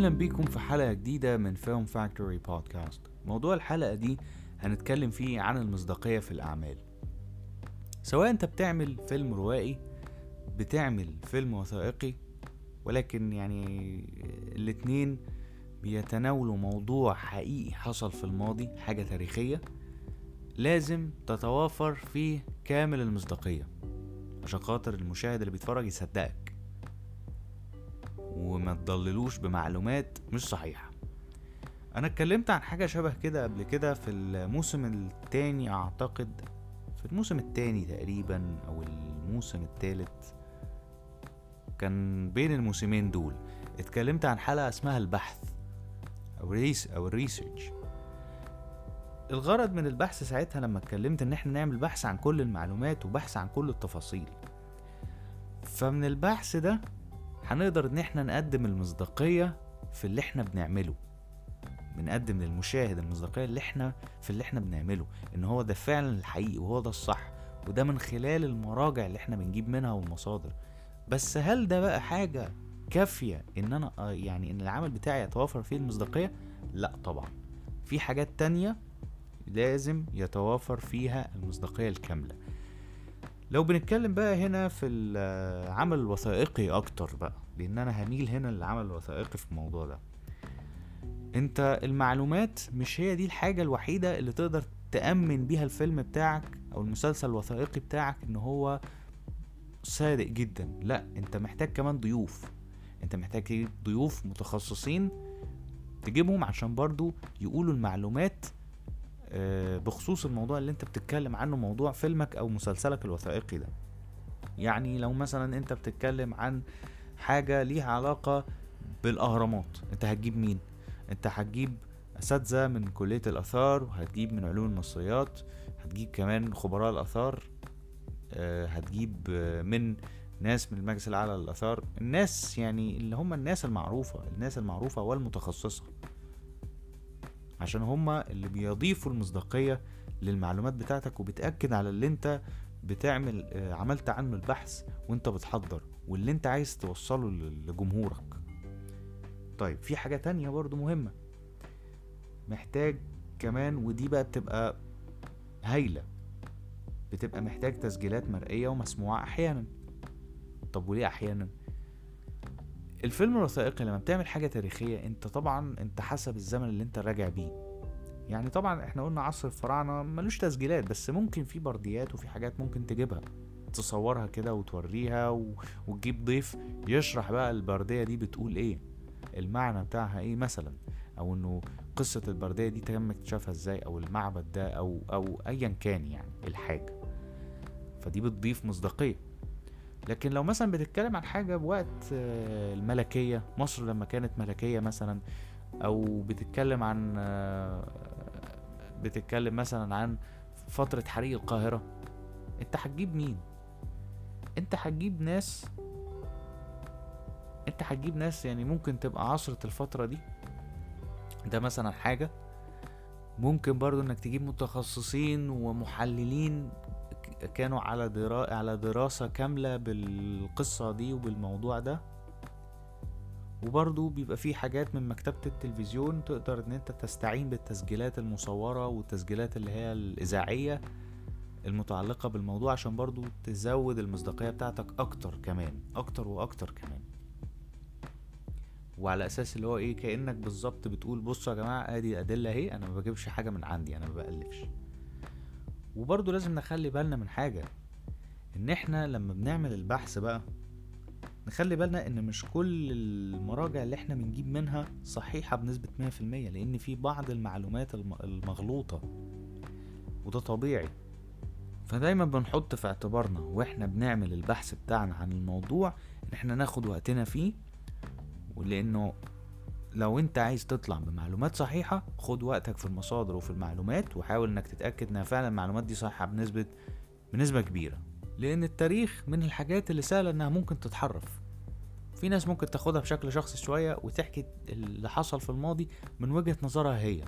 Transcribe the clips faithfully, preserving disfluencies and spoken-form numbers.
أهلا بيكم في حلقة جديدة من فيلم فاكتوري بودكاست. موضوع الحلقة دي هنتكلم فيه عن المصداقية في الأعمال. سواء أنت بتعمل فيلم روائي، بتعمل فيلم وثائقي، ولكن يعني الاتنين بيتناولوا موضوع حقيقي حصل في الماضي، حاجة تاريخية، لازم تتوافر فيه كامل المصداقية عشان خاطر المشاهد اللي بيتفرج يصدقك وما تضللوش بمعلومات مش صحيحة. انا اتكلمت عن حاجة شبه كده قبل كده في الموسم التاني، اعتقد في الموسم التاني تقريبا او الموسم التالت، كان بين الموسمين دول. اتكلمت عن حلقة اسمها البحث او ريس او الريسيرش. الغرض من البحث ساعتها لما اتكلمت ان احنا نعمل بحث عن كل المعلومات وبحث عن كل التفاصيل. فمن البحث ده هنقدر ان احنا نقدم المصداقية في اللي احنا بنعمله، بنقدم للمشاهد المصداقية اللي احنا في اللي احنا بنعمله، ان هو ده فعلا الحقيقي وهو ده الصح، وده من خلال المراجع اللي احنا بنجيب منها والمصادر. بس هل ده بقى حاجة كافية ان انا يعني ان العمل بتاعي يتوافر فيه المصداقية؟ لا طبعا، في حاجات تانية لازم يتوافر فيها المصداقية الكاملة. لو بنتكلم بقى هنا في العمل الوثائقي اكتر بقى، لان انا هميل هنا للعمل الوثائقي في الموضوع ده. انت المعلومات مش هي دي الحاجة الوحيدة اللي تقدر تأمن بيها الفيلم بتاعك او المسلسل الوثائقي بتاعك ان هو صادق جدا. لا، انت محتاج كمان ضيوف، انت محتاج تجيب ضيوف متخصصين تجيبهم عشان برضو يقولوا المعلومات بخصوص الموضوع اللي انت بتتكلم عنه، موضوع فيلمك او مسلسلك الوثائقي ده. يعني لو مثلا انت بتتكلم عن حاجة ليها علاقة بالاهرامات، انت هتجيب مين؟ انت هتجيب اساتذة من كلية الاثار، وهتجيب من علوم المصريات، هتجيب كمان خبراء الاثار، أه هتجيب من ناس من المجلس الاعلى للاثار، الناس يعني اللي هم الناس المعروفة الناس المعروفة والمتخصصة، عشان هم اللي بيضيفوا المصداقية للمعلومات بتاعتك، وبتأكد على اللي انت بتعمل أه عملت عنه البحث وانت بتحضر، واللي انت عايز توصله لجمهورك. طيب في حاجة تانية برضو مهمة، محتاج كمان، ودي بقى بتبقى هايلة، بتبقى محتاج تسجيلات مرئية ومسموعة احيانا. طب وليه احيانا؟ الفيلم الوثائقي لما بتعمل حاجة تاريخية، انت طبعا انت حسب الزمن اللي انت راجع بيه. يعني طبعا احنا قلنا عصر الفراعنة ملوش تسجيلات، بس ممكن في برديات وفي حاجات ممكن تجيبها تصورها كده وتوريها و... وتجيب ضيف يشرح بقى البردية دي بتقول ايه، المعنى بتاعها ايه مثلا، او انه قصة البردية دي تم اكتشافها ازاي، او المعبد ده او او ايا كان يعني الحاجة، فدي بتضيف مصداقية. لكن لو مثلا بتتكلم عن حاجة بوقت الملكية، مصر لما كانت ملكية مثلا، او بتتكلم عن بتتكلم مثلا عن فترة حريق القاهرة، انت هتجيب مين؟ انت هتجيب ناس انت هتجيب ناس يعني ممكن تبقى عصرة الفترة دي. ده مثلا حاجة ممكن برضو انك تجيب متخصصين ومحللين كانوا على درا... على دراسة كاملة بالقصة دي وبالموضوع ده. وبرضو بيبقى فيه حاجات من مكتبة التلفزيون تقدر ان انت تستعين بالتسجيلات المصورة والتسجيلات اللي هي الإذاعية المتعلقة بالموضوع، عشان برضو تزود المصداقية بتاعتك اكتر كمان، اكتر واكتر كمان. وعلى اساس اللي هو ايه، كأنك بالظبط بتقول بصوا يا جماعة ادي ادلة اهي، انا ما بجيبش حاجة من عندي، انا ما بألفش. وبرضو لازم نخلي بالنا من حاجة، ان احنا لما بنعمل البحث بقى نخلي بالنا ان مش كل المراجع اللي احنا بنجيب منها صحيحة بنسبة مية في المية، لان في بعض المعلومات المغلوطة، وده طبيعي. فدايما بنحط في اعتبارنا واحنا بنعمل البحث بتاعنا عن الموضوع ان احنا ناخد وقتنا فيه، ولانه لو انت عايز تطلع بمعلومات صحيحة خد وقتك في المصادر وفي المعلومات، وحاول انك تتأكد انها فعلا المعلومات دي صحيحة بنسبة بنسبة كبيرة. لان التاريخ من الحاجات اللي سهلة انها ممكن تتحرف. في ناس ممكن تاخدها بشكل شخصي شوية وتحكي اللي حصل في الماضي من وجهة نظرها هي،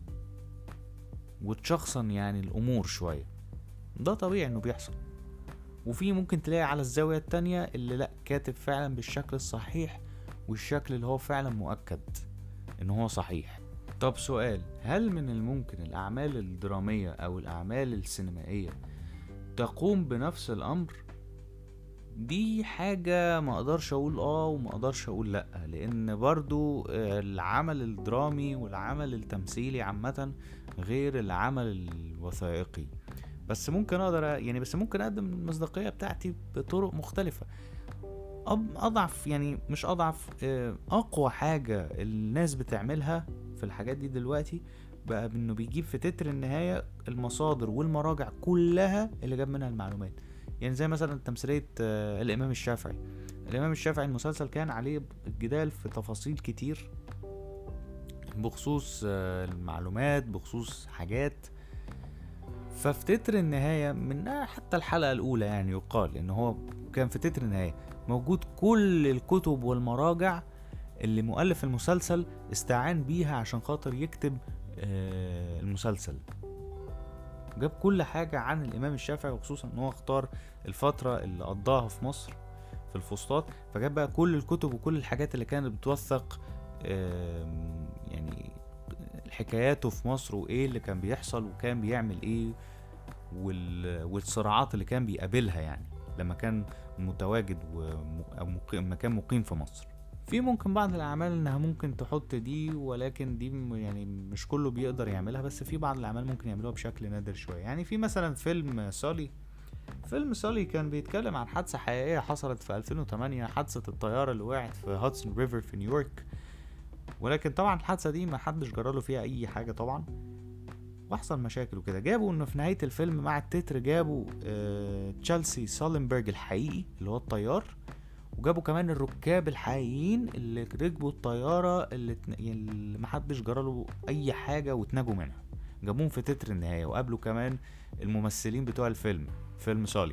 وتشخصن يعني الامور شوية، ده طبيعي انه بيحصل. وفي ممكن تلاقي على الزاوية التانية اللي لا، كاتب فعلا بالشكل الصحيح والشكل اللي هو فعلا مؤكد ان هو صحيح. طب سؤال، هل من الممكن الاعمال الدرامية او الاعمال السينمائية تقوم بنفس الامر؟ دي حاجة ما اقدرش اقول اه وما اقدرش اقول لا، لان برضو العمل الدرامي والعمل التمثيلي عامة غير العمل الوثائقي. بس ممكن اقدر يعني بس ممكن اقدم المصداقية بتاعتي بطرق مختلفة. اضعف يعني مش اضعف، اقوى حاجة الناس بتعملها في الحاجات دي دلوقتي بقى انه بيجيب في تتر النهاية المصادر والمراجع كلها اللي جاب منها المعلومات. يعني زي مثلا تمثيلية الامام الشافعي. الامام الشافعي المسلسل كان عليه جدال في تفاصيل كتير بخصوص المعلومات، بخصوص حاجات. ففي تتر النهاية من حتى الحلقة الاولى يعني يقال ان هو كان في تتر النهاية موجود كل الكتب والمراجع اللي مؤلف المسلسل استعان بيها عشان خاطر يكتب المسلسل. جاب كل حاجة عن الامام الشافعي، وخصوصا ان هو اختار الفترة اللي قضاها في مصر في الفسطاط، فجاب بقى كل الكتب وكل الحاجات اللي كانت بتوثق يعني حكاياته في مصر وايه اللي كان بيحصل وكان بيعمل ايه والصراعات اللي كان بيقابلها يعني لما كان متواجد او مكان مقيم في مصر. في ممكن بعض الاعمال انها ممكن تحط دي، ولكن دي يعني مش كله بيقدر يعملها، بس في بعض الاعمال ممكن يعملوها بشكل نادر شويه. يعني في مثلا فيلم سولي. فيلم سولي كان بيتكلم عن حادثه حقيقيه حصلت في ألفين وتمانية، حادثه الطياره اللي وقعت في هاتسون ريفر في نيويورك. ولكن طبعا الحادثه دي ما حدش جراله فيها اي حاجه طبعا، واحصل مشاكل وكده. جابوا انه في نهايه الفيلم مع التتر جابوا آه تشيلسي سولنبرج الحقيقي اللي هو الطيار، وجابوا كمان الركاب الحقيقيين اللي ركبوا الطياره اللي, تن... اللي محدش جراله اي حاجه واتنجوا منها، جابوهم في تتر النهايه. وقابلوا كمان الممثلين بتوع الفيلم، فيلم سولي.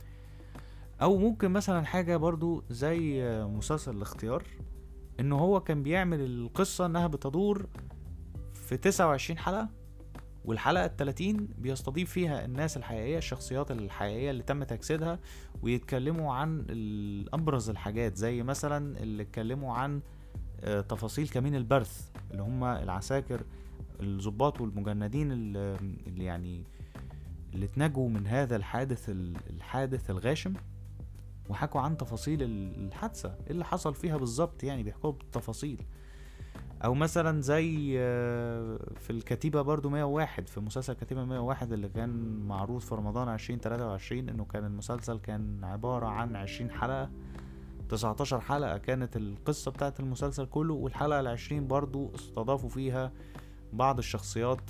او ممكن مثلا حاجه برضو زي مسلسل الاختيار، انه هو كان بيعمل القصه انها بتدور في تسعة وعشرين حلقه، والحلقة التلاتين بيستضيف فيها الناس الحقيقية، الشخصيات الحقيقية اللي تم تجسيدها، ويتكلموا عن أبرز الحاجات، زي مثلا اللي اتكلموا عن تفاصيل كمين البرث اللي هم العساكر الضباط والمجندين اللي يعني اللي اتنجوا من هذا الحادث الحادث الغاشم، وحكوا عن تفاصيل الحادثة اللي حصل فيها بالظبط، يعني بيحكوا بالتفاصيل. او مثلا زي في الكتيبة برضو مية وواحد، في مسلسل كتيبة مية وواحد اللي كان معروض في رمضان عشرين تلاتة وعشرين، انه كان المسلسل كان عبارة عن عشرين حلقة، تسعتاشر حلقة كانت القصة بتاعت المسلسل كله، والحلقة العشرين برضو استضافوا فيها بعض الشخصيات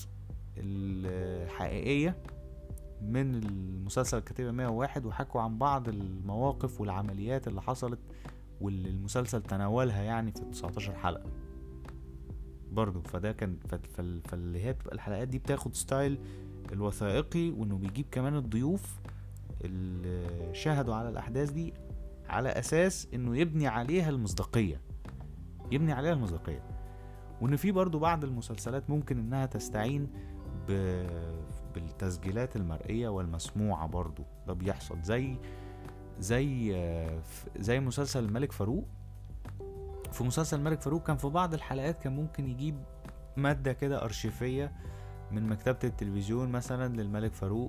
الحقيقية من المسلسل كتيبة مية وواحد، وحكوا عن بعض المواقف والعمليات اللي حصلت واللي المسلسل تناولها يعني في تسعتاشر حلقة برضو. فده كان فاللي هي بتبقى الحلقات دي بتاخد ستايل الوثائقي، وانه بيجيب كمان الضيوف اللي شاهدوا على الاحداث دي على اساس انه يبني عليها المصداقية يبني عليها المصداقية وان في برضو بعض المسلسلات ممكن انها تستعين ب... بالتسجيلات المرئية والمسموعة برضو. ده بيحصل زي زي زي مسلسل الملك فاروق. في مسلسل الملك فاروق كان في بعض الحلقات كان ممكن يجيب مادة كده أرشيفية من مكتبة التلفزيون مثلا للملك فاروق،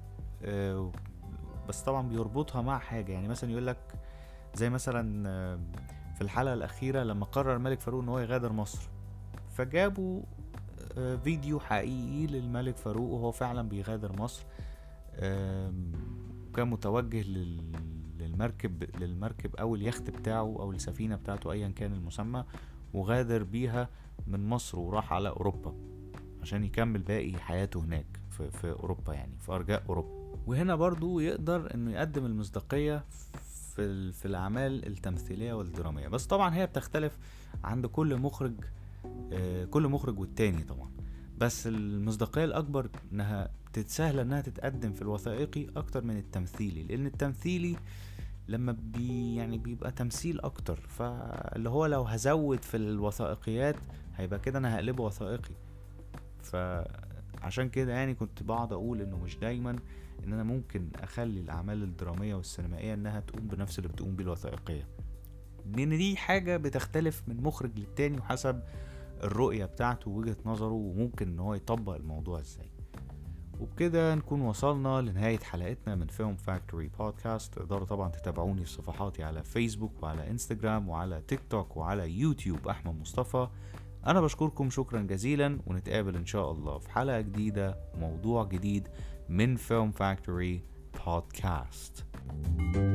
بس طبعا بيربطها مع حاجة. يعني مثلا يقولك زي مثلا في الحلقة الأخيرة لما قرر الملك فاروق ان هو يغادر مصر، فجابوا فيديو حقيقي للملك فاروق وهو فعلا بيغادر مصر، وكان متوجه للمركب للمركب او اليخت بتاعه او السفينة بتاعته ايا كان المسمى، وغادر بيها من مصر وراح على اوروبا عشان يكمل باقي حياته هناك في, في اوروبا، يعني في ارجاء اوروبا. وهنا برضو يقدر انه يقدم المصداقية في, في الاعمال التمثيلية والدرامية. بس طبعا هي بتختلف عند كل مخرج كل مخرج والتاني طبعا. بس المصداقية الاكبر انها تتسهل انها تتقدم في الوثائقي اكتر من التمثيلي، لان التمثيلي لما بي يعني بيبقى تمثيل اكتر، فاللي هو لو هزود في الوثائقيات هيبقى كده انا هقلبه وثائقي. فعشان كده يعني كنت بقعد اقول انه مش دايما ان انا ممكن اخلي الاعمال الدرامية والسينمائية انها تقوم بنفس اللي بتقوم بيه الوثائقية. لان دي حاجة بتختلف من مخرج للتاني وحسب الرؤية بتاعته ووجهة نظره وممكن ان هو يطبق الموضوع ازاي. وبكده نكون وصلنا لنهاية حلقتنا من فيلم فاكتوري بودكاست. تقدروا طبعا تتابعوني في صفحاتي على فيسبوك وعلى انستجرام وعلى تيك توك وعلى يوتيوب أحمد مصطفى. أنا بشكركم شكرا جزيلا، ونتقابل إن شاء الله في حلقة جديدة وموضوع جديد من فيلم فاكتوري بودكاست.